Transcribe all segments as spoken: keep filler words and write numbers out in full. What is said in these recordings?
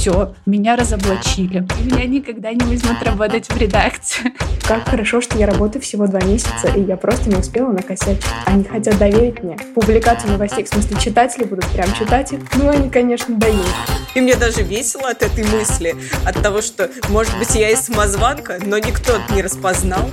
все, меня разоблачили. Меня никогда не возьмут работать в редакцию. Как хорошо, что я работаю всего два месяца, и я просто не успела накосячить. Они хотят доверить мне публикацию новостей, в смысле читатели будут прям читать их. Ну, они, конечно, дают. И мне даже весело от этой мысли, от того, что, может быть, я и самозванка, но никто это не распознал.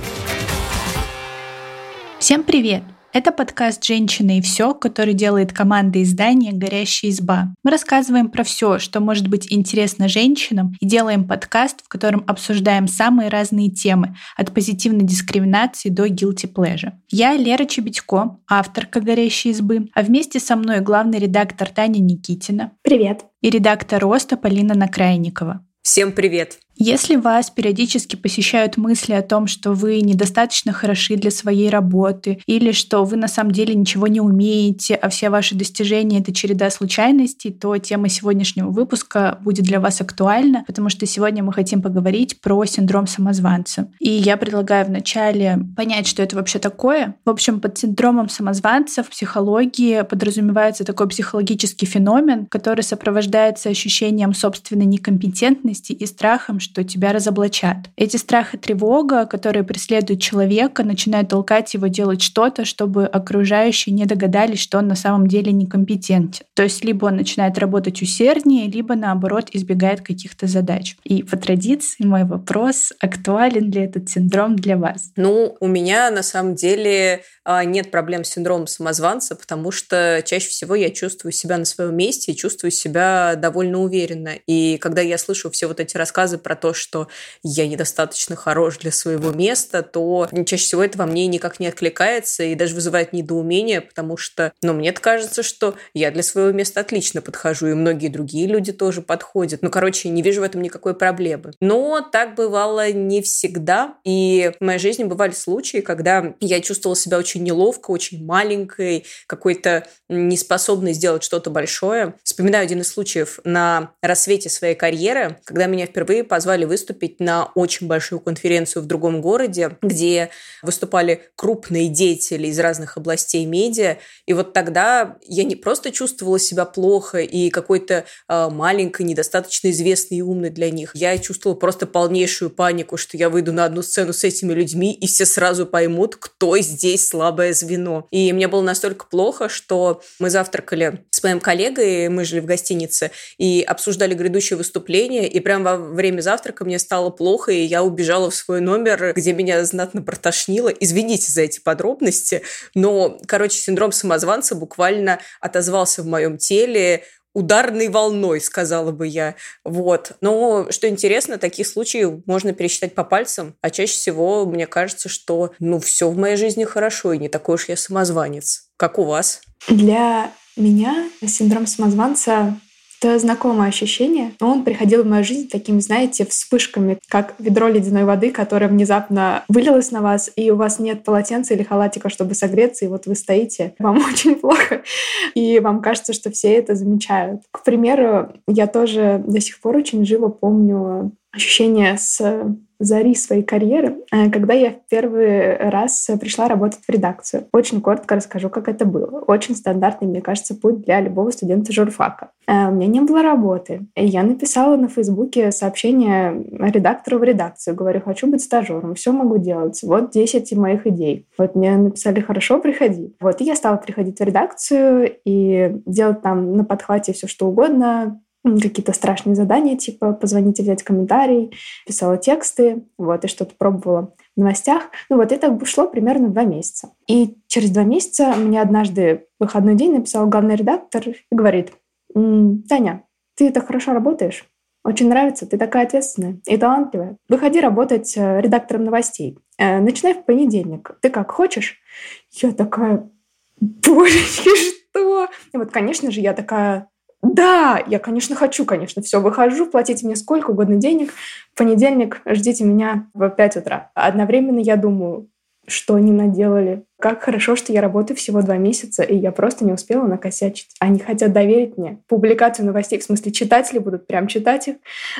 Всем привет! Это подкаст «Женщина и все», который делает команда издания «Горящая изба». Мы рассказываем про все, что может быть интересно женщинам, и делаем подкаст, в котором обсуждаем самые разные темы, от позитивной дискриминации до guilty pleasure. Я Лера Чебедько, авторка «Горящей избы», а вместе со мной главный редактор Таня Никитина. Привет. И редактор «Роста» Полина Накрайникова. Всем привет! Если вас периодически посещают мысли о том, что вы недостаточно хороши для своей работы, или что вы на самом деле ничего не умеете, а все ваши достижения — это череда случайностей, то тема сегодняшнего выпуска будет для вас актуальна, потому что сегодня мы хотим поговорить про синдром самозванца. И я предлагаю вначале понять, что это вообще такое. В общем, под синдромом самозванца в психологии подразумевается такой психологический феномен, который сопровождается ощущением собственной некомпетентности и страхом, что тебя разоблачат. Эти страх и тревога, которые преследуют человека, начинают толкать его делать что-то, чтобы окружающие не догадались, что он на самом деле некомпетентен. То есть либо он начинает работать усерднее, либо наоборот избегает каких-то задач. И по традиции мой вопрос: актуален ли этот синдром для вас? Ну, у меня на самом деле нет проблем с синдромом самозванца, потому что чаще всего я чувствую себя на своем месте и чувствую себя довольно уверенно. И когда я слышу все вот эти рассказы про то, что я недостаточно хорош для своего места, то чаще всего это во мне никак не откликается и даже вызывает недоумение, потому что, ну, мне кажется, что я для своего места отлично подхожу, и многие другие люди тоже подходят. Ну, короче, не вижу в этом никакой проблемы. Но так бывало не всегда, и в моей жизни бывали случаи, когда я чувствовала себя очень неловко, очень маленькой, какой-то неспособной сделать что-то большое. Вспоминаю один из случаев на рассвете своей карьеры, когда меня впервые позвали выступить на очень большую конференцию в другом городе, где выступали крупные деятели из разных областей медиа. И вот тогда я не просто чувствовала себя плохо и какой-то э, маленькой, недостаточно известной и умной для них. Я чувствовала просто полнейшую панику, что я выйду на одну сцену с этими людьми, и все сразу поймут, кто здесь слабое звено. И мне было настолько плохо, что мы завтракали с моим коллегой, мы жили в гостинице, и обсуждали грядущее выступление, и прямо во время завтрака мне стало плохо, и я убежала в свой номер, где меня знатно протошнило. Извините за эти подробности, но, короче, синдром самозванца буквально отозвался в моем теле ударной волной, сказала бы я. Вот. Но, что интересно, таких случаев можно пересчитать по пальцам, а чаще всего мне кажется, что, ну, все в моей жизни хорошо, и не такой уж я самозванец. Как у вас? Для меня синдром самозванца — это знакомое ощущение, но он приходил в мою жизнь такими, знаете, вспышками, как ведро ледяной воды, которое внезапно вылилось на вас, и у вас нет полотенца или халатика, чтобы согреться, и вот вы стоите, вам очень плохо, и вам кажется, что все это замечают. К примеру, я тоже до сих пор очень живо помню ощущение с зари своей карьеры, когда я в первый раз пришла работать в редакцию. Очень коротко расскажу, как это было. Очень стандартный, мне кажется, путь для любого студента журфака. У меня не было работы. Я написала на Фейсбуке сообщение редактору в редакцию. Говорю, хочу быть стажером, все могу делать. Вот десять моих идей. Вот мне написали, хорошо, приходи. Вот, и я стала приходить в редакцию и делать там на подхвате все что угодно, какие-то страшные задания, типа позвонить и взять комментарий, писала тексты, вот, и что-то пробовала в новостях. Ну вот, это шло примерно два месяца. И через два месяца мне однажды в выходной день написал главный редактор и говорит: «Таня, ты так хорошо работаешь, очень нравится, ты такая ответственная и талантливая. Выходи работать редактором новостей. Начинай в понедельник. Ты как, хочешь?» Я такая: божечки, что? И вот, конечно же, я такая: да, я, конечно, хочу, конечно, все, выхожу, платите мне сколько угодно денег, в понедельник ждите меня в пять утра. Одновременно я думаю, что они наделали Как хорошо, что я работаю всего два месяца, и я просто не успела накосячить. Они хотят доверить мне публикацию новостей, в смысле читатели будут прям читать их,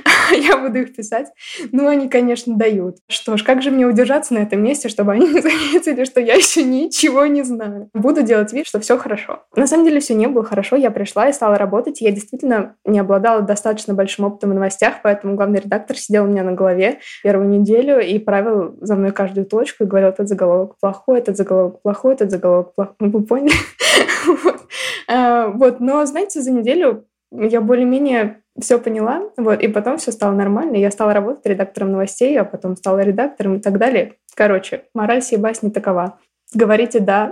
я буду их писать. Ну, они, конечно, дают. Что ж, как же мне удержаться на этом месте, чтобы они не заметили, что я еще ничего не знаю. Буду делать вид, что все хорошо. На самом деле все не было хорошо. Я пришла и стала работать. Я действительно не обладала достаточно большим опытом в новостях, поэтому главный редактор сидел у меня на голове первую неделю и правил за мной каждую точку и говорил: этот заголовок плохой, этот заголовок плохой, этот заголовок плохой. Ну, вы поняли? вот. А, вот. Но, знаете, за неделю я более-менее все поняла, вот, и потом все стало нормально. Я стала работать редактором новостей, а потом стала редактором и так далее. Короче, мораль сей басни такова. Говорите «да».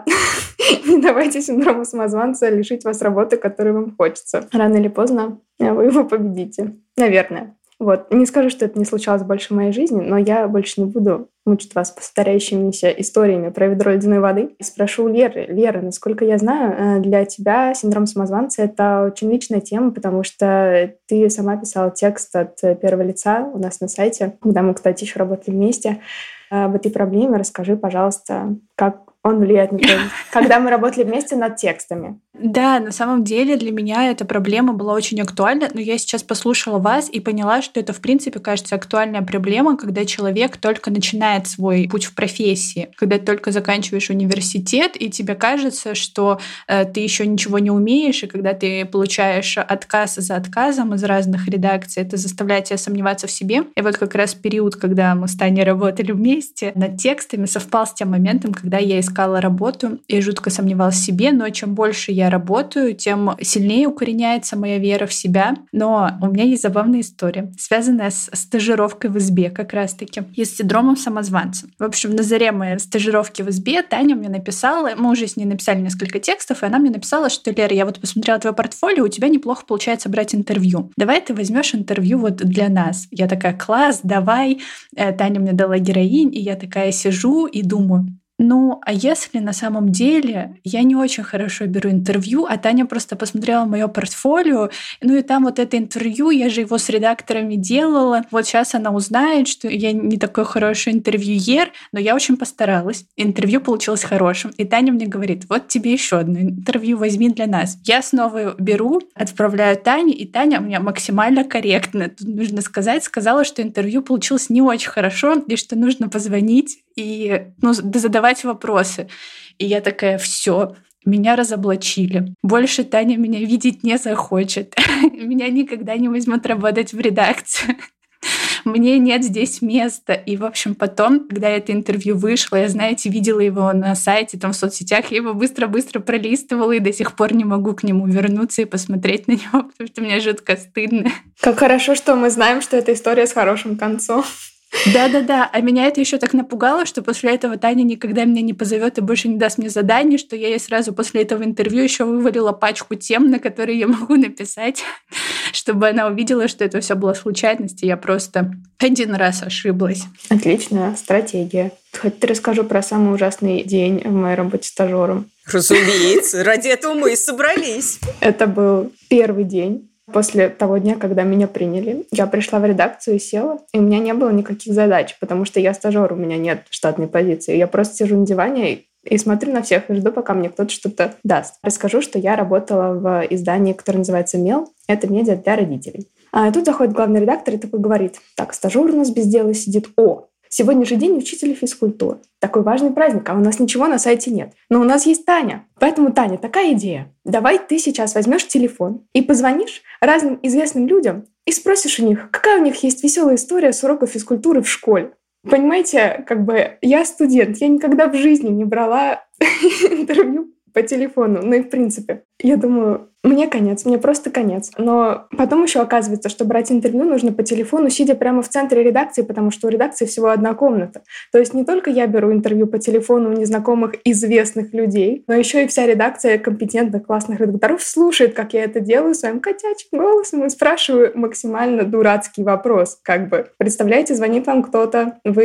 Не давайте синдрому самозванца лишить вас работы, которую вам хочется. Рано или поздно вы его победите. Наверное. Вот. Не скажу, что это не случалось больше в моей жизни, но я больше не буду мучить вас повторяющимися историями про ведро ледяной воды. И спрошу у Леры. Лера, насколько я знаю, для тебя синдром самозванца — это очень личная тема, потому что ты сама писала текст от первого лица у нас на сайте, когда мы, кстати, еще работали вместе. Об этой проблеме расскажи, пожалуйста, как он влияет на твою жизнь. Когда мы работали вместе над текстами. Да, на самом деле для меня эта проблема была очень актуальна, но я сейчас послушала вас и поняла, что это, в принципе, кажется, актуальная проблема, когда человек только начинает свой путь в профессии, когда ты только заканчиваешь университет, и тебе кажется, что э, ты еще ничего не умеешь, и когда ты получаешь отказ за отказом из разных редакций, это заставляет тебя сомневаться в себе. И вот как раз период, когда мы с Таней работали вместе над текстами, совпал с тем моментом, когда я искала работу и жутко сомневалась в себе, но чем больше я работаю, тем сильнее укореняется моя вера в себя. Но у меня есть забавная история, связанная с стажировкой в избе как раз-таки, и с синдромом самозванца. В общем, на заре моей стажировки в избе Таня мне написала, мы уже с ней написали несколько текстов, и она мне написала, что: Лера, я вот посмотрела твое портфолио, у тебя неплохо получается брать интервью. Давай ты возьмешь интервью вот для нас. Я такая: класс, давай. Таня мне дала героинь, и я такая сижу и думаю: ну, а если на самом деле я не очень хорошо беру интервью, а Таня просто посмотрела мое портфолио, ну и там вот это интервью, я же его с редакторами делала, вот сейчас она узнает, что я не такой хороший интервьюер, но я очень постаралась. Интервью получилось хорошим. И Таня мне говорит: вот тебе еще одно интервью, возьми для нас. Я снова беру, отправляю Тане, и Таня у меня максимально корректно, тут нужно сказать, сказала, что интервью получилось не очень хорошо, и что нужно позвонить и ну, задавать вопросы. И я такая: все, меня разоблачили. Больше Таня меня видеть не захочет. Меня никогда не возьмут работать в редакцию. Мне нет здесь места. И, в общем, потом, когда это интервью вышло, я, знаете, видела его на сайте, там, в соцсетях, я его быстро-быстро пролистывала и до сих пор не могу к нему вернуться и посмотреть на него, потому что мне жутко стыдно. Как хорошо, что мы знаем, что эта история с хорошим концом. Да-да-да, а меня это еще так напугало, что после этого Таня никогда меня не позовет и больше не даст мне заданий, что я ей сразу после этого интервью еще вывалила пачку тем, на которые я могу написать, чтобы она увидела, что это все было случайностью. Я просто один раз ошиблась. Отличная стратегия. Хоть ты расскажу про самый ужасный день в моей работе стажером. Разумеется, ради этого мы и собрались. Это был первый день. После того дня, когда меня приняли, я пришла в редакцию и села, и у меня не было никаких задач, потому что я стажер, у меня нет штатной позиции. Я просто сижу на диване и смотрю на всех, и жду, пока мне кто-то что-то даст. Расскажу, что я работала в издании, которое называется «Мел». Это медиа для родителей. А тут заходит главный редактор и такой говорит: так, стажер у нас без дела сидит. О, сегодня же день учителя физкультуры. Такой важный праздник, а у нас ничего на сайте нет. Но у нас есть Таня. Поэтому, Таня, такая идея. Давай ты сейчас возьмешь телефон и позвонишь разным известным людям и спросишь у них, какая у них есть веселая история с урока физкультуры в школе. Понимаете, как бы я студент, я никогда в жизни не брала интервью по телефону. Ну и в принципе, я думаю, мне конец, мне просто конец. Но потом еще оказывается, что брать интервью нужно по телефону, сидя прямо в центре редакции, потому что у редакции всего одна комната. То есть не только я беру интервью по телефону у незнакомых известных людей, но еще и вся редакция компетентных классных редакторов слушает, как я это делаю своим котячим голосом и спрашиваю максимально дурацкий вопрос. Как бы, представляете, звонит вам кто-то, вы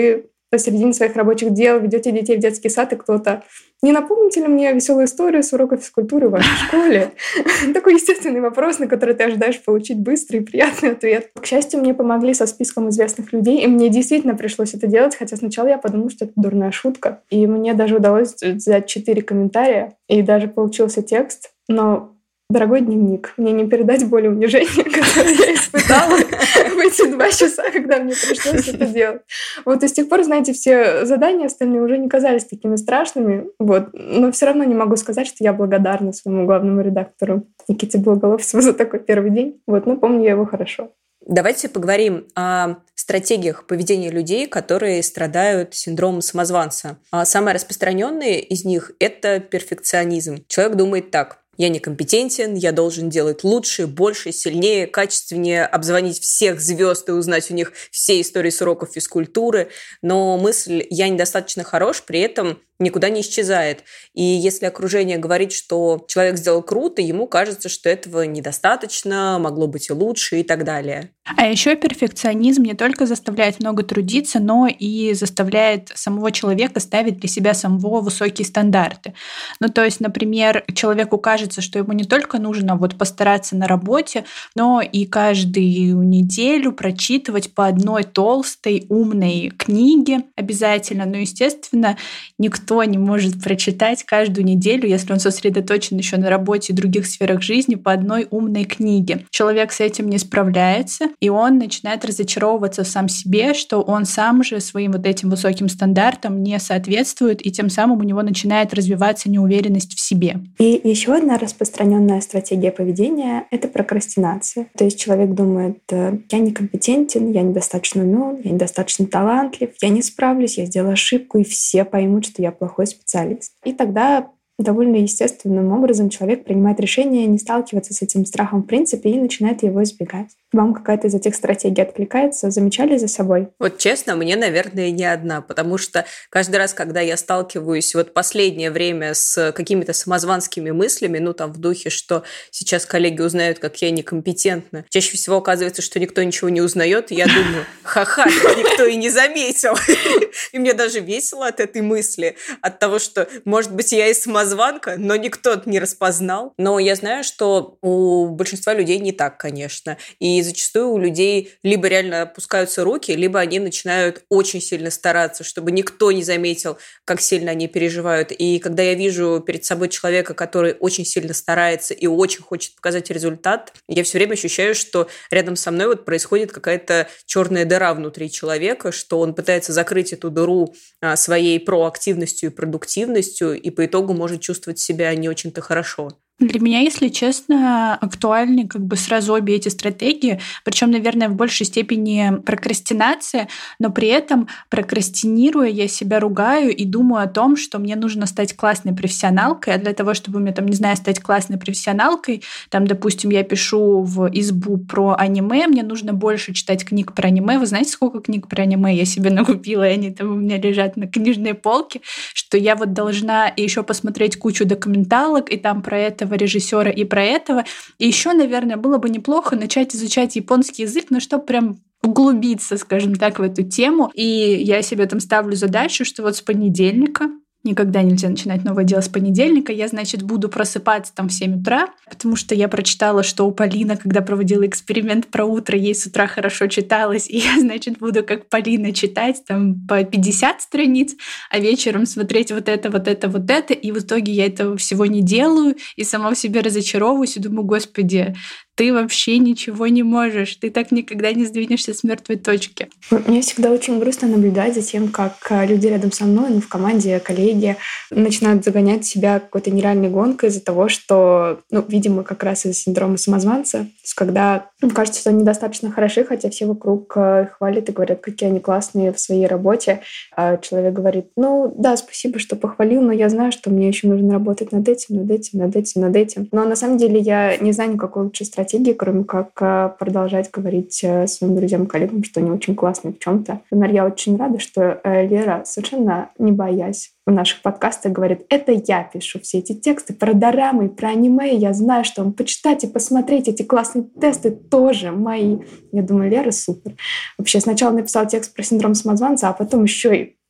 посередине своих рабочих дел ведете детей в детский сад, и кто-то: не напомните ли мне веселую историю с урока физкультуры в вашей школе? Такой естественный вопрос, на который ты ожидаешь получить быстрый и приятный ответ. К счастью, мне помогли со списком известных людей, и мне действительно пришлось это делать, хотя сначала я подумала, что это дурная шутка. И мне даже удалось взять четыре комментария, и даже получился текст. Но, дорогой дневник, мне не передать боль и унижение, которое я испытала в эти два часа, когда мне пришлось это делать. Вот и с тех пор, знаете, все задания остальные уже не казались такими страшными. Вот. Но все равно не могу сказать, что я благодарна своему главному редактору Никите Белоголовцеву за такой первый день. Вот. Но помню я его хорошо. Давайте поговорим о стратегиях поведения людей, которые страдают синдромом самозванца. Самое распространенное из них – это перфекционизм. Человек думает так: я некомпетентен, я должен делать лучше, больше, сильнее, качественнее, обзвонить всех звезд и узнать у них все истории с уроков физкультуры. Но мысль «я недостаточно хорош» при этом никуда не исчезает. И если окружение говорит, что человек сделал круто, ему кажется, что этого недостаточно, могло быть и лучше и так далее. А еще перфекционизм не только заставляет много трудиться, но и заставляет самого человека ставить для себя самого высокие стандарты. Ну, то есть, например, человеку кажется, что ему не только нужно вот постараться на работе, но и каждую неделю прочитывать по одной толстой, умной книге обязательно. Но, естественно, никто не может прочитать каждую неделю, если он сосредоточен еще на работе и других сферах жизни, по одной умной книге. Человек с этим не справляется, и он начинает разочаровываться в сам себе, что он сам же своим вот этим высоким стандартам не соответствует, и тем самым у него начинает развиваться неуверенность в себе. И еще одна распространенная стратегия поведения — это прокрастинация. То есть человек думает: я некомпетентен, я недостаточно умен, я недостаточно талантлив, я не справлюсь, я сделаю ошибку, и все поймут, что я плохой специалист. И тогда довольно естественным образом человек принимает решение не сталкиваться с этим страхом в принципе и начинает его избегать. Вам какая-то из этих стратегий откликается? Замечали за собой? Вот честно, мне, наверное, не одна, потому что каждый раз, когда я сталкиваюсь вот последнее время с какими-то самозванскими мыслями, ну там в духе, что сейчас коллеги узнают, как я некомпетентна, чаще всего оказывается, что никто ничего не узнает, и я думаю: ха-ха, никто и не заметил. И мне даже весело от этой мысли, от того, что, может быть, я и самозванка, но никто не распознал. Но я знаю, что у большинства людей не так, конечно. И зачастую у людей либо реально опускаются руки, либо они начинают очень сильно стараться, чтобы никто не заметил, как сильно они переживают. И когда я вижу перед собой человека, который очень сильно старается и очень хочет показать результат, я все время ощущаю, что рядом со мной вот происходит какая-то черная дыра внутри человека, что он пытается закрыть эту дыру своей проактивностью и продуктивностью, и по итогу может чувствовать себя не очень-то хорошо. Для меня, если честно, актуальны как бы сразу обе эти стратегии, причем, наверное, в большей степени прокрастинация, но при этом, прокрастинируя, я себя ругаю и думаю о том, что мне нужно стать классной профессионалкой, а для того, чтобы мне, там, не знаю, стать классной профессионалкой, там, допустим, я пишу в избу про аниме, мне нужно больше читать книг про аниме. Вы знаете, сколько книг про аниме я себе накупила, и они там у меня лежат на книжной полке, что я вот должна еще посмотреть кучу документалок, и там про это режиссера и про этого. И еще, наверное, было бы неплохо начать изучать японский язык, но чтобы прям углубиться, скажем так, в эту тему. И я себе там ставлю задачу, что вот с понедельника, никогда нельзя начинать новое дело с понедельника, я, значит, буду просыпаться там в семь утра, потому что я прочитала, что у Полины, когда проводила эксперимент про утро, ей с утра хорошо читалось, и я, значит, буду как Полина читать там по пятьдесят страниц, а вечером смотреть вот это, вот это, вот это, и в итоге я этого всего не делаю, и сама в себе разочаровываюсь, и думаю: господи, ты вообще ничего не можешь, ты так никогда не сдвинешься с мертвой точки. Мне всегда очень грустно наблюдать за тем, как люди рядом со мной, ну, в команде, коллеги, начинают загонять себя какой-то нереальной гонкой из-за того, что, ну, видимо, как раз из-за синдрома самозванца, то есть когда ну, кажется, что они достаточно хороши, хотя все вокруг их хвалят и говорят, какие они классные в своей работе. А человек говорит: ну да, спасибо, что похвалил, но я знаю, что мне еще нужно работать над этим, над этим, над этим, над этим. Но на самом деле я не знаю никакой лучшей стратегии, кроме как продолжать говорить своим друзьям, коллегам, что они очень классные в чем-то. Например, я очень рада, что Лера, совершенно не боясь, в наших подкастах говорит: это я пишу все эти тексты про дорамы, про аниме, я знаю, что вам почитать и посмотреть эти классные тесты тоже мои. Я думаю, Лера супер. Вообще сначала написала текст про синдром самозванца, а потом еще и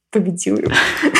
победил его.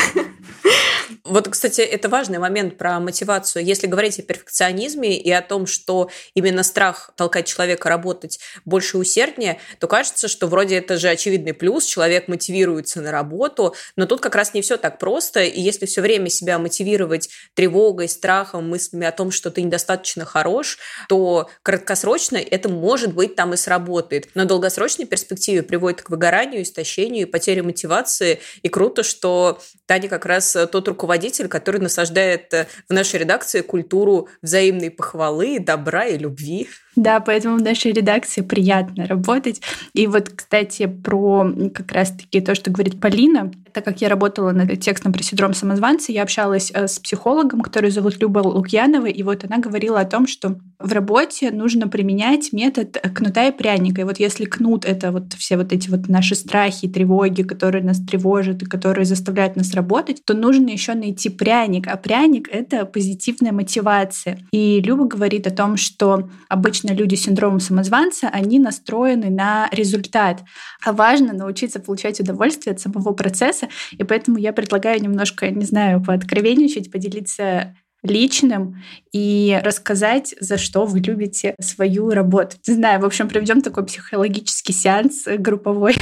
Вот, кстати, это важный момент про мотивацию. Если говорить о перфекционизме и о том, что именно страх толкает человека работать больше и усерднее, то кажется, что вроде это же очевидный плюс, человек мотивируется на работу, но тут как раз не все так просто, и если все время себя мотивировать тревогой, страхом, мыслями о том, что ты недостаточно хорош, то краткосрочно это, может быть, там и сработает, но в долгосрочной перспективе приводит к выгоранию, истощению и потере мотивации, и круто, что Таня как раз тот руководитель, который насаждает в нашей редакции культуру взаимной похвалы, добра и любви. Да, поэтому в нашей редакции приятно работать. И вот, кстати, про как раз-таки то, что говорит Полина. Так как я работала над текстом про синдром самозванца, я общалась с психологом, которую зовут Люба Лукьянова, и вот она говорила о том, что в работе нужно применять метод кнута и пряника. И вот если кнут — это вот все вот эти вот наши страхи, тревоги, которые нас тревожат и которые заставляют нас работать, то нужно еще найти пряник. А пряник — это позитивная мотивация. И Люба говорит о том, что обычно люди с синдромом самозванца, они настроены на результат. А важно научиться получать удовольствие от самого процесса. И поэтому я предлагаю немножко, не знаю, пооткровенничать, поделиться личным и рассказать, за что вы любите свою работу. Не знаю, в общем, проведем такой психологический сеанс групповой.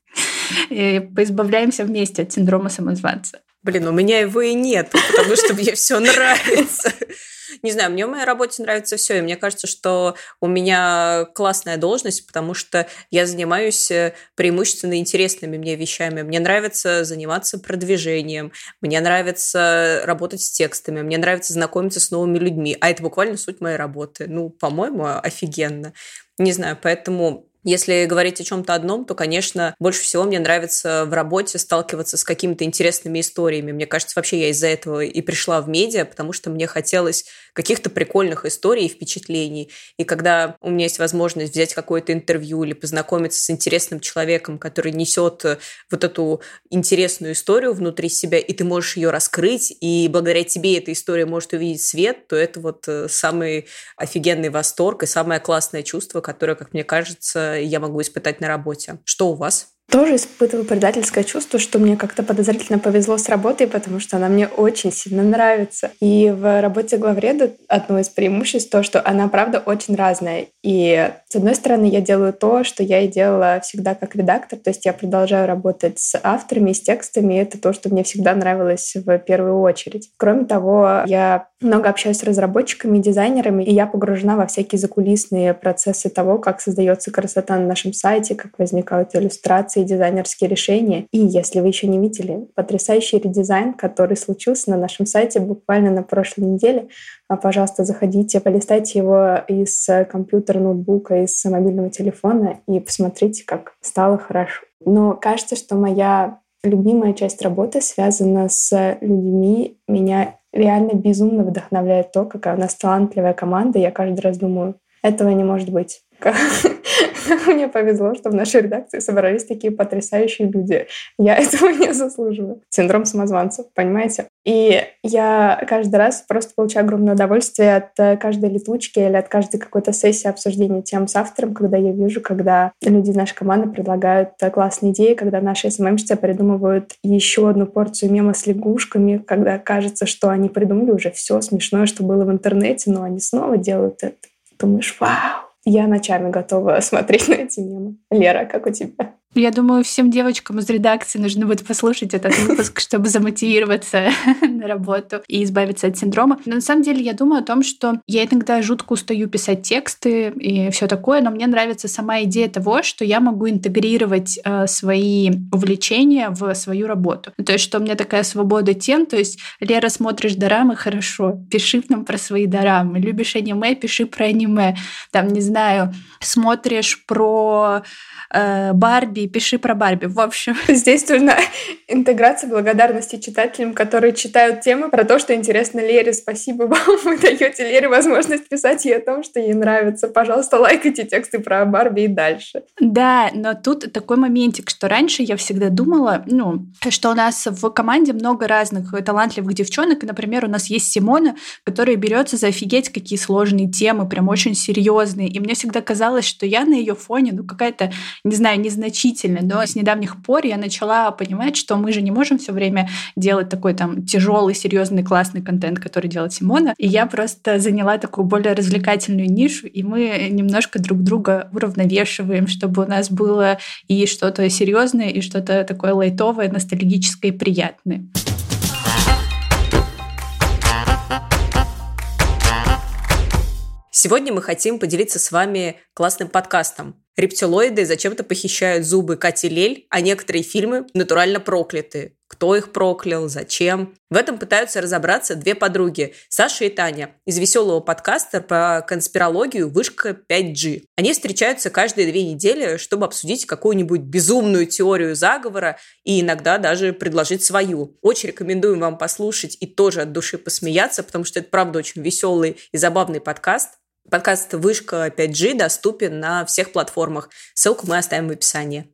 И поизбавляемся вместе от синдрома самозванца. Блин, у меня его и нет, потому что мне все нравится. Не знаю, мне в моей работе нравится все, и мне кажется, что у меня классная должность, потому что я занимаюсь преимущественно интересными мне вещами. Мне нравится заниматься продвижением, мне нравится работать с текстами, мне нравится знакомиться с новыми людьми, а это буквально суть моей работы. Ну, по-моему, офигенно. Не знаю, поэтому... Если говорить о чем-то одном, то, конечно, больше всего мне нравится в работе сталкиваться с какими-то интересными историями. Мне кажется, вообще я из-за этого и пришла в медиа, потому что мне хотелось каких-то прикольных историй и впечатлений. И когда у меня есть возможность взять какое-то интервью или познакомиться с интересным человеком, который несет вот эту интересную историю внутри себя, и ты можешь ее раскрыть, и благодаря тебе эта история может увидеть свет, то это вот самый офигенный восторг и самое классное чувство, которое, как мне кажется, я могу испытать на работе. Что у вас? Тоже испытываю предательское чувство, что мне как-то подозрительно повезло с работой, потому что она мне очень сильно нравится. И в работе главреда одно из преимуществ то, что она, правда, очень разная. И, с одной стороны, я делаю то, что я и делала всегда как редактор, то есть я продолжаю работать с авторами, с текстами, и это то, что мне всегда нравилось в первую очередь. Кроме того, я много общаюсь с разработчиками, дизайнерами, и я погружена во всякие закулисные процессы того, как создается красота на нашем сайте, как возникают иллюстрации, дизайнерские решения. И если вы еще не видели потрясающий редизайн, который случился на нашем сайте буквально на прошлой неделе, пожалуйста, заходите, полистайте его из компьютера, ноутбука, из мобильного телефона и посмотрите, как стало хорошо. Но кажется, что моя любимая часть работы связана с людьми. Меня реально безумно вдохновляет то, какая у нас талантливая команда. Я каждый раз думаю, этого не может быть. Мне повезло, что в нашей редакции собрались такие потрясающие люди. Я этого не заслуживаю. Синдром самозванца, понимаете? И я каждый раз просто получаю огромное удовольствие от каждой летучки или от каждой какой-то сессии обсуждения тем с автором, когда я вижу, когда люди из нашей команды предлагают классные идеи, когда наши эс эм эм-щицы придумывают еще одну порцию мема с лягушками, когда кажется, что они придумали уже все смешное, что было в интернете, но они снова делают это. Думаешь, вау! Я ночами готова смотреть на эти мемы. Лера, как у тебя? Я думаю, всем девочкам из редакции нужно будет послушать этот выпуск, чтобы замотивироваться на работу и избавиться от синдрома. Но на самом деле я думаю о том, что я иногда жутко устаю писать тексты и все такое, но мне нравится сама идея того, что я могу интегрировать э, свои увлечения в свою работу. То есть, что у меня такая свобода тем, то есть, Лера, смотришь дорамы, хорошо, пиши нам про свои дорамы. Любишь аниме, пиши про аниме. Там, не знаю, смотришь про э, Барби, пиши про Барби. В общем. Здесь нужна интеграция благодарности читателям, которые читают темы про то, что интересно Лере. Спасибо вам. Вы даете Лере возможность писать ей о том, что ей нравится. Пожалуйста, лайкайте тексты про Барби и дальше. Да, но тут такой моментик, что раньше я всегда думала, ну, что у нас в команде много разных талантливых девчонок. И, например, у нас есть Симона, которая берется за офигеть какие сложные темы, прям очень серьезные. И мне всегда казалось, что я на ее фоне, ну, какая-то, не знаю, незначительная удивительно, но с недавних пор я начала понимать, что мы же не можем все время делать такой там тяжелый, серьезный, классный контент, который делает Симона. И я просто заняла такую более развлекательную нишу, и мы немножко друг друга уравновешиваем, чтобы у нас было и что-то серьезное, и что-то такое лайтовое, ностальгическое и приятное. Сегодня мы хотим поделиться с вами классным подкастом. Рептилоиды зачем-то похищают зубы Кати Лель, а некоторые фильмы натурально прокляты. Кто их проклял, зачем? В этом пытаются разобраться две подруги, Саша и Таня, из веселого подкаста про конспирологию «Вышка пять джи». Они встречаются каждые две недели, чтобы обсудить какую-нибудь безумную теорию заговора и иногда даже предложить свою. Очень рекомендуем вам послушать и тоже от души посмеяться, потому что это, правда, очень веселый и забавный подкаст. Подкаст «Вышка пять джи» доступен на всех платформах. Ссылку мы оставим в описании.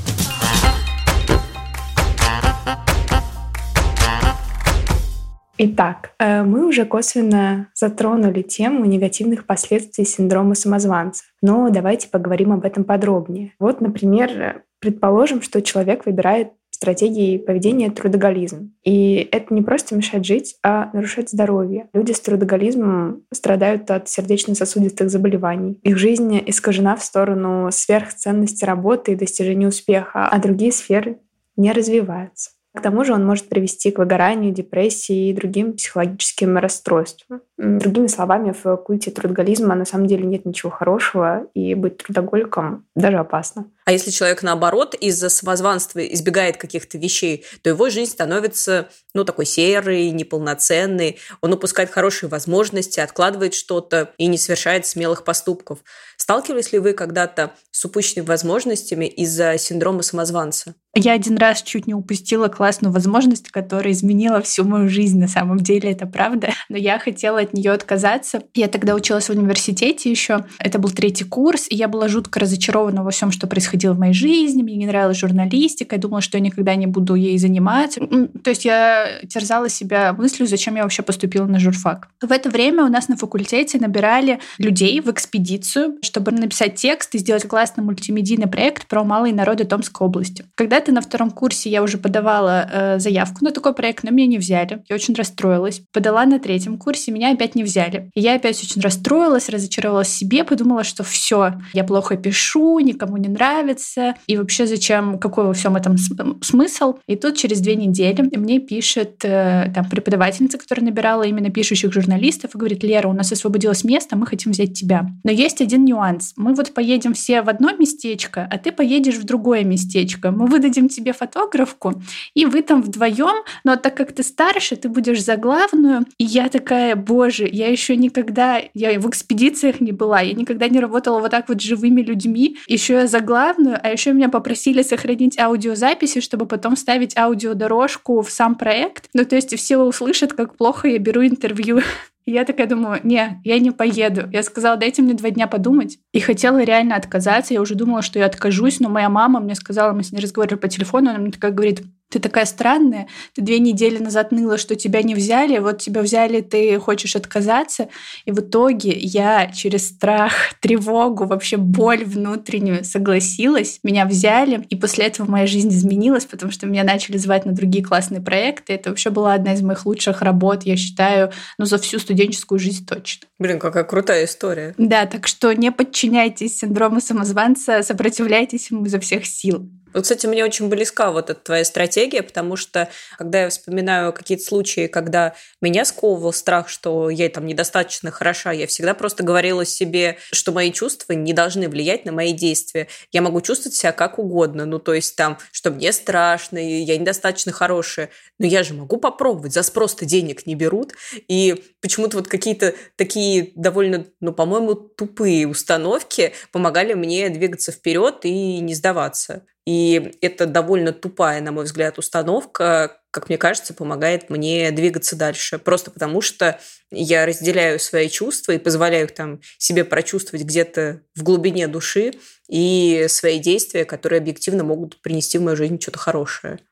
Итак, мы уже косвенно затронули тему негативных последствий синдрома самозванца. Но давайте поговорим об этом подробнее. Вот, например, предположим, что человек выбирает стратегии поведения трудоголизм. И это не просто мешает жить, а нарушает здоровье. Люди с трудоголизмом страдают от сердечно-сосудистых заболеваний. Их жизнь искажена в сторону сверхценности работы и достижения успеха, а другие сферы не развиваются. К тому же он может привести к выгоранию, депрессии и другим психологическим расстройствам. Другими словами, в культе трудоголизма на самом деле нет ничего хорошего, и быть трудоголиком даже опасно. А если человек, наоборот, из-за самозванства избегает каких-то вещей, то его жизнь становится, ну, такой серой, неполноценной. Он упускает хорошие возможности, откладывает что-то и не совершает смелых поступков. Сталкивались ли вы когда-то с упущенными возможностями из-за синдрома самозванца? Я один раз чуть не упустила классную возможность, которая изменила всю мою жизнь. На самом деле это правда. Но я хотела от нее отказаться. Я тогда училась в университете еще. Это был третий курс, и я была жутко разочарована во всем, что происходило в моей жизни. Мне не нравилась журналистика. Я думала, что я никогда не буду ей заниматься. То есть я терзала себя мыслью, зачем я вообще поступила на журфак. В это время у нас на факультете набирали людей в экспедицию, чтобы написать текст и сделать классный мультимедийный проект про малые народы Томской области. Когда-то на втором курсе я уже подавала э, заявку на такой проект, но меня не взяли. Я очень расстроилась. Подала на третьем курсе, меня опять не взяли. И я опять очень расстроилась, разочаровалась в себе, подумала, что все, я плохо пишу, никому не нравится. И вообще зачем, какой во всем этом смысл? И тут через две недели мне пишет э, там преподавательница, которая набирала именно пишущих журналистов, и говорит: Лера, у нас освободилось место, мы хотим взять тебя. Но есть один нюанс. Мы вот поедем все в одно местечко, а ты поедешь в другое местечко. Мы выдадим тебе фотографку, и вы там вдвоем, но так как ты старше, ты будешь за главную. И я такая: боже, я еще никогда, я в экспедициях не была, я никогда не работала вот так вот с живыми людьми, еще я за главную, а еще меня попросили сохранить аудиозаписи, чтобы потом ставить аудиодорожку в сам проект. Ну, то есть все услышат, как плохо я беру интервью. И я такая думаю: не, я не поеду. Я сказала: дайте мне два дня подумать. И хотела реально отказаться. Я уже думала, что я откажусь, но моя мама мне сказала, мы с ней разговаривали по телефону, она мне такая говорит: ты такая странная, ты две недели назад ныла, что тебя не взяли, вот тебя взяли, ты хочешь отказаться. И в итоге я через страх, тревогу, вообще боль внутреннюю согласилась, меня взяли, и после этого моя жизнь изменилась, потому что меня начали звать на другие классные проекты. Это вообще была одна из моих лучших работ, я считаю, ну, за всю студенческую жизнь точно. Блин, какая крутая история. Да, так что не подчиняйтесь синдрому самозванца, сопротивляйтесь ему изо всех сил. Вот, кстати, мне очень близка вот эта твоя стратегия, потому что, когда я вспоминаю какие-то случаи, когда меня сковывал страх, что я там недостаточно хороша, я всегда просто говорила себе, что мои чувства не должны влиять на мои действия. Я могу чувствовать себя как угодно, ну, то есть там, что мне страшно, я недостаточно хорошая, но я же могу попробовать, за спрос-то денег не берут, и почему-то вот какие-то такие довольно, ну, по-моему, тупые установки помогали мне двигаться вперед и не сдаваться. И это довольно тупая, на мой взгляд, установка, как мне кажется, помогает мне двигаться дальше. Просто потому что я разделяю свои чувства и позволяю их там себе прочувствовать где-то в глубине души и свои действия, которые объективно могут принести в мою жизнь что-то хорошее.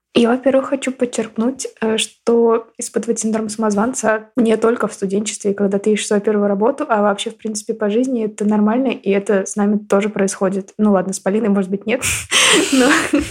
Я, во-первых, хочу подчеркнуть, что испытывать синдром самозванца не только в студенчестве, когда ты ищешь свою первую работу, а вообще, в принципе, по жизни это нормально, и это с нами тоже происходит. Ну ладно, с Полиной, может быть, нет, но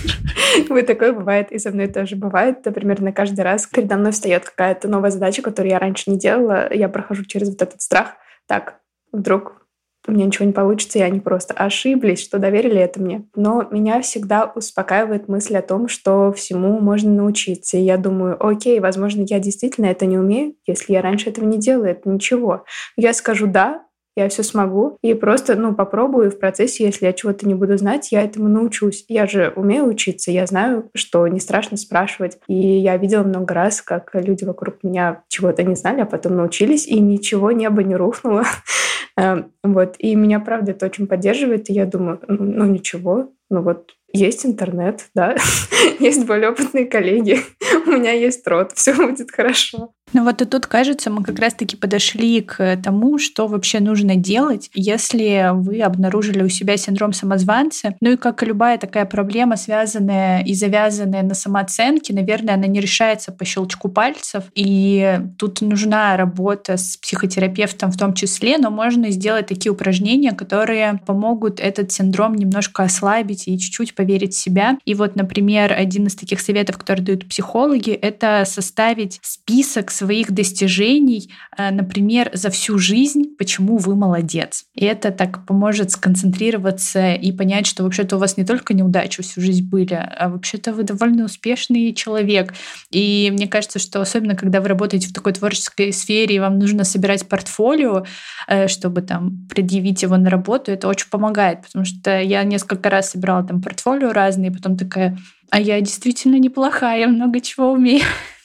вот такое бывает, и со мной тоже бывает. Например, на каждый раз передо мной встает какая-то новая задача, которую я раньше не делала, я прохожу через вот этот страх. Так, вдруг у меня ничего не получится, и они просто ошиблись, что доверили это мне. Но меня всегда успокаивает мысль о том, что всему можно научиться. И я думаю, окей, возможно, я действительно это не умею, если я раньше этого не делала, это ничего. Я скажу «да», я все смогу, и просто, ну, попробую, и в процессе, если я чего-то не буду знать, я этому научусь. Я же умею учиться, я знаю, что не страшно спрашивать. И я видела много раз, как люди вокруг меня чего-то не знали, а потом научились, и ничего, небо не рухнуло. Вот. И меня, правда, это очень поддерживает, и я думаю, ну, ничего, ну вот есть интернет, да, есть более опытные коллеги, у меня есть род, все будет хорошо. Ну вот и тут, кажется, мы как раз-таки подошли к тому, что вообще нужно делать, если вы обнаружили у себя синдром самозванца. Ну и как и любая такая проблема, связанная и завязанная на самооценке, наверное, она не решается по щелчку пальцев. И тут нужна работа с психотерапевтом в том числе, но можно сделать такие упражнения, которые помогут этот синдром немножко ослабить и чуть-чуть поверить в себя. И вот, например, один из таких советов, которые дают психологи, это составить список своих достижений, например, за всю жизнь, почему вы молодец. И это так поможет сконцентрироваться и понять, что вообще-то у вас не только неудачи всю жизнь были, а вообще-то вы довольно успешный человек. И мне кажется, что особенно, когда вы работаете в такой творческой сфере, и вам нужно собирать портфолио, чтобы там предъявить его на работу, это очень помогает, потому что я несколько раз собирала там портфолио разные, и потом такая, а я действительно неплохая, я много чего умею.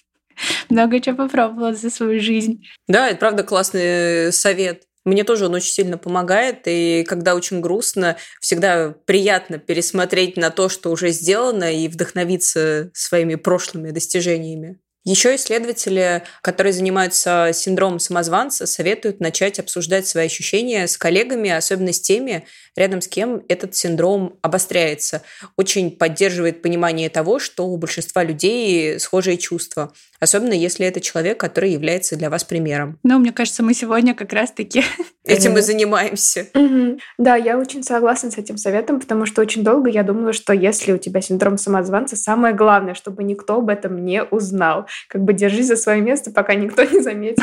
Много чего попробовала за свою жизнь. Да, это правда классный совет. Мне тоже он очень сильно помогает, и когда очень грустно, всегда приятно пересмотреть на то, что уже сделано, и вдохновиться своими прошлыми достижениями. Еще исследователи, которые занимаются синдромом самозванца, советуют начать обсуждать свои ощущения с коллегами, особенно с теми, рядом с кем этот синдром обостряется. Очень поддерживает понимание того, что у большинства людей схожие чувства. Особенно если это человек, который является для вас примером. Ну, мне кажется, мы сегодня как раз-таки этим мы занимаемся. Угу. Да, я очень согласна с этим советом, потому что очень долго я думала, что если у тебя синдром самозванца, самое главное, чтобы никто об этом не узнал. Как бы держись за свое место, пока никто не заметит,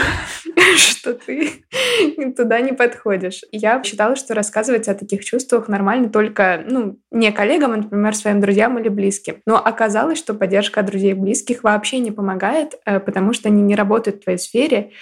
что ты туда не подходишь. Я считала, что рассказывать о таких чувствах нормально только, ну, не коллегам, а, например, своим друзьям или близким. Но оказалось, что поддержка друзей и близких вообще не помогает, потому что они не работают в твоей сфере.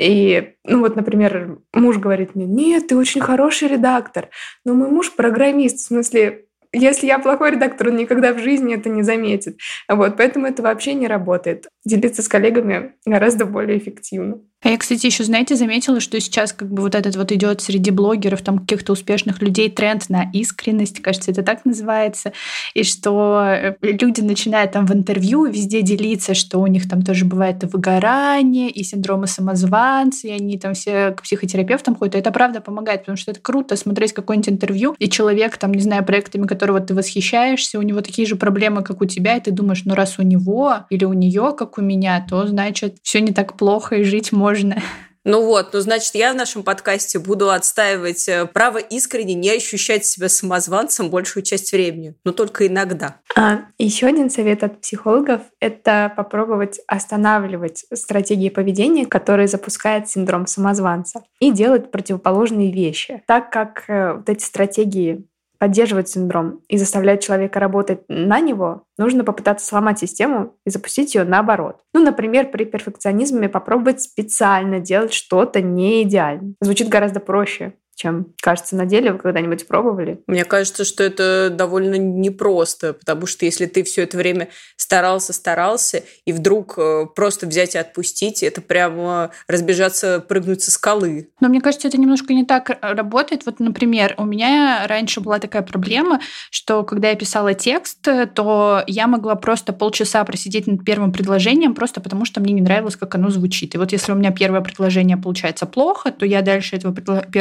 И, ну вот, например, муж говорит мне, нет, ты очень хороший редактор. Но мой муж программист, в смысле, если я плохой редактор, он никогда в жизни это не заметит. Вот, поэтому это вообще не работает. Делиться с коллегами гораздо более эффективно. А я, кстати, еще, знаете, заметила, что сейчас как бы вот этот вот идет среди блогеров, там каких-то успешных людей тренд на искренность, кажется, это так называется, и что люди начинают там в интервью везде делиться, что у них там тоже бывает и выгорание, и синдромы самозванца, и они там все к психотерапевтам ходят, и это правда помогает, потому что это круто смотреть какое-нибудь интервью, и человек, там, не знаю, проектами которого ты восхищаешься, у него такие же проблемы, как у тебя, и ты думаешь, ну раз у него или у нее, как у меня, то значит все не так плохо и жить можно. Можно. Ну вот, ну значит, я в нашем подкасте буду отстаивать право искренне не ощущать себя самозванцем большую часть времени, но только иногда. А, еще один совет от психологов – это попробовать останавливать стратегии поведения, которые запускают синдром самозванца, и делать противоположные вещи. Так как э, вот эти стратегии поддерживать синдром и заставлять человека работать на него, нужно попытаться сломать систему и запустить ее наоборот. Ну, например, при перфекционизме попробовать специально делать что-то не идеально. Звучит гораздо проще, чем кажется на деле. Вы когда-нибудь пробовали? Мне кажется, что это довольно непросто, потому что если ты все это время старался, старался, и вдруг просто взять и отпустить, это прямо разбежаться, прыгнуть со скалы. Но мне кажется, это немножко не так работает. Вот, например, у меня раньше была такая проблема, что когда я писала текст, то я могла просто полчаса просидеть над первым предложением, просто потому что мне не нравилось, как оно звучит. И вот если у меня первое предложение получается плохо, то я дальше этого первого предложения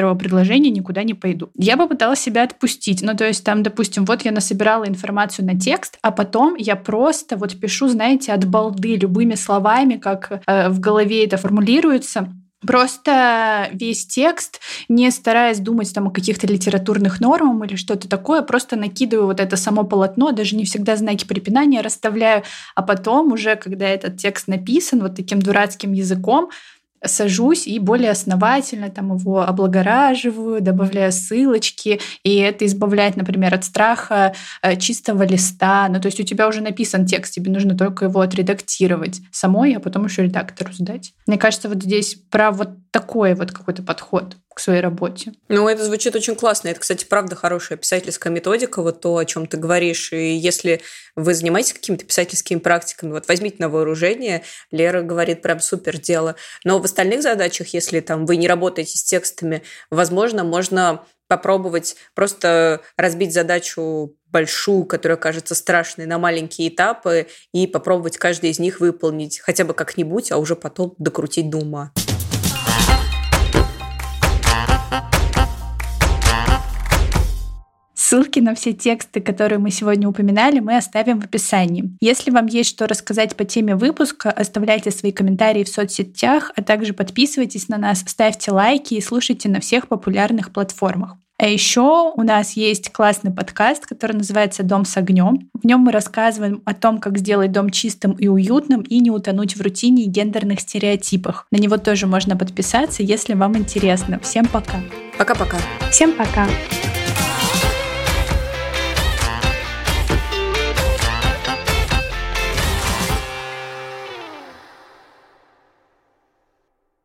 приложение, никуда не пойду. Я попыталась себя отпустить. Ну, то есть там, допустим, вот я насобирала информацию на текст, а потом я просто вот пишу, знаете, от балды любыми словами, как э, в голове это формулируется. Просто весь текст, не стараясь думать там о каких-то литературных нормах или что-то такое, просто накидываю вот это само полотно, даже не всегда знаки препинания расставляю, а потом уже, когда этот текст написан вот таким дурацким языком, сажусь и более основательно там его облагораживаю, добавляю ссылочки, и это избавляет, например, от страха чистого листа. Ну, то есть у тебя уже написан текст, тебе нужно только его отредактировать самой, а потом еще редактору сдать. Мне кажется, вот здесь про вот такой вот какой-то подход к своей работе. Ну, это звучит очень классно. Это, кстати, правда хорошая писательская методика, вот то, о чем ты говоришь. И если вы занимаетесь какими-то писательскими практиками, вот возьмите на вооружение. Лера говорит, прям супер дело. Но в остальных задачах, если там вы не работаете с текстами, возможно, можно попробовать просто разбить задачу большую, которая кажется страшной, на маленькие этапы и попробовать каждый из них выполнить хотя бы как-нибудь, а уже потом докрутить до ума. Ссылки на все тексты, которые мы сегодня упоминали, мы оставим в описании. Если вам есть что рассказать по теме выпуска, оставляйте свои комментарии в соцсетях, а также подписывайтесь на нас, ставьте лайки и слушайте на всех популярных платформах. А еще у нас есть классный подкаст, который называется «Дом с огнем». В нем мы рассказываем о том, как сделать дом чистым и уютным и не утонуть в рутине и гендерных стереотипах. На него тоже можно подписаться, если вам интересно. Всем пока. Пока-пока. Всем пока.